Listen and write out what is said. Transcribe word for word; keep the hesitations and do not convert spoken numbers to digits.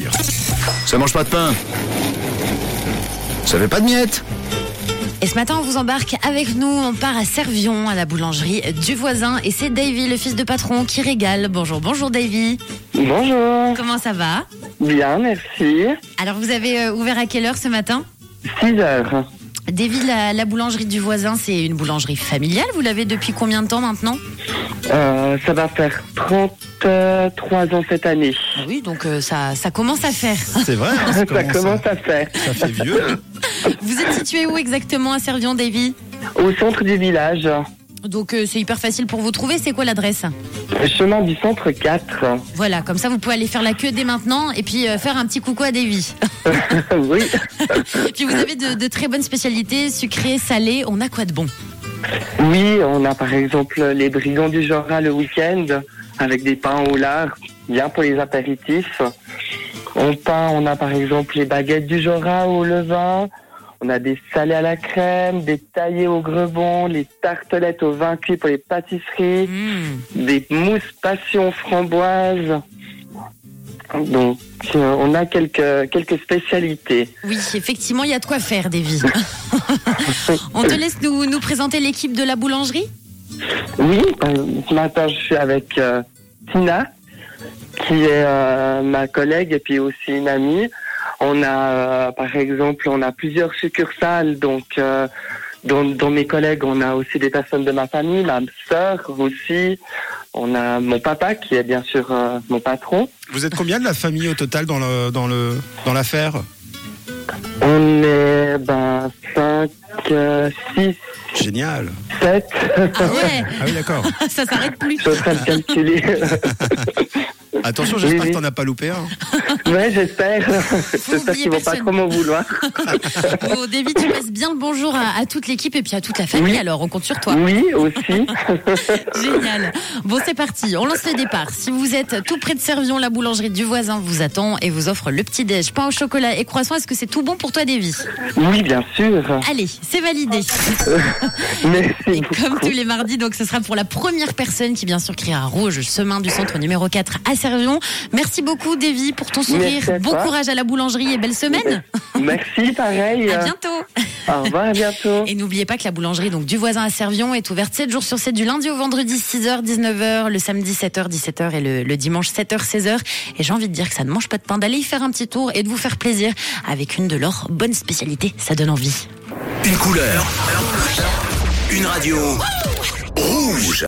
plaisir. Ça mange pas de pain. Ça fait pas de miettes. Et ce matin, on vous embarque avec nous. On part à Servion, à la boulangerie du voisin. Et c'est Davy, le fils de patron, qui régale. Bonjour, bonjour Davy. Bonjour. Comment ça va ? Bien, merci. Alors, vous avez euh, ouvert à quelle heure ce matin ? six heures. Davy, la, la boulangerie du voisin, c'est une boulangerie familiale. Vous l'avez depuis combien de temps maintenant ? Euh, ça va faire trente-trois ans cette année. Ah oui, donc euh, ça, ça commence à faire. C'est vrai, hein, ça, Ça commence commence à... à faire. ça fait vieux. Vous êtes situé où exactement à Servion, Davy ? Au centre du village, Donc euh, c'est hyper facile pour vous trouver. C'est quoi l'adresse ? chemin du centre quatre. Voilà, comme ça vous pouvez aller faire la queue dès maintenant et puis euh, faire un petit coucou à Davy. Oui. Puis vous avez de, de très bonnes spécialités, sucrées, salées. On a quoi de bon ? Oui, on a par exemple les brigands du Jura le week-end avec des pains au lard, bien pour les apéritifs. On pain, on a par exemple les baguettes du Jura au levain. On a des salés à la crème, des taillés au grebon, les tartelettes au vin cuit pour les pâtisseries, Mmh. des mousses passion framboise. Donc, euh, on a quelques, quelques spécialités. Oui, effectivement, il y a de quoi faire, Davy. On te laisse nous, nous présenter l'équipe de la boulangerie ? Oui, euh, ce matin, je suis avec euh, Tina, qui est euh, ma collègue et puis aussi une amie. On a, euh, par exemple, on a plusieurs succursales, donc euh, dans, dans mes collègues, on a aussi des personnes de ma famille, ma sœur aussi. On a mon papa qui est bien sûr euh, mon patron. Vous êtes combien de la famille au total dans le dans le dans l'affaire ? On est ben cinq, six, Génial. sept. Ah ouais, Ah oui, d'accord. ça s'arrête plus. Je suis en train de calculer. Attention, j'espère Oui, oui. que t'en as pas loupé un. Ouais, j'espère. J'espère oublier qu'ils vont pas personne. trop m'en vouloir. Bon, Davy, tu passes bien le bonjour à, à toute l'équipe et puis à toute la famille. Oui. Alors, on compte sur toi. Oui, aussi. Génial. Bon, c'est parti. On lance le départ. Si vous êtes tout près de Servion, la boulangerie du voisin vous attend et vous offre le petit-déj, pain au chocolat et croissant. Est-ce que c'est tout bon pour toi, Davy ? Oui, bien sûr. Allez, c'est validé. Merci Et beaucoup. comme tous les mardis, donc ce sera pour la première personne qui bien sûr criera rouge, chemin du centre numéro quatre à Servion. Merci beaucoup, Davy, pour ton sourire. Merci à Bon toi. courage à la boulangerie et belle semaine. Merci, pareil. À bientôt. Au revoir, à bientôt. Et n'oubliez pas que la boulangerie donc du voisin à Servion est ouverte sept jours sur sept du lundi au vendredi six heures dix-neuf heures, le samedi sept heures dix-sept heures et le, le dimanche sept heures seize heures. Et j'ai envie de dire que ça ne mange pas de pain, d'aller y faire un petit tour et de vous faire plaisir avec une de leurs bonnes spécialités. Ça donne envie. Une couleur. Une radio. Rouge.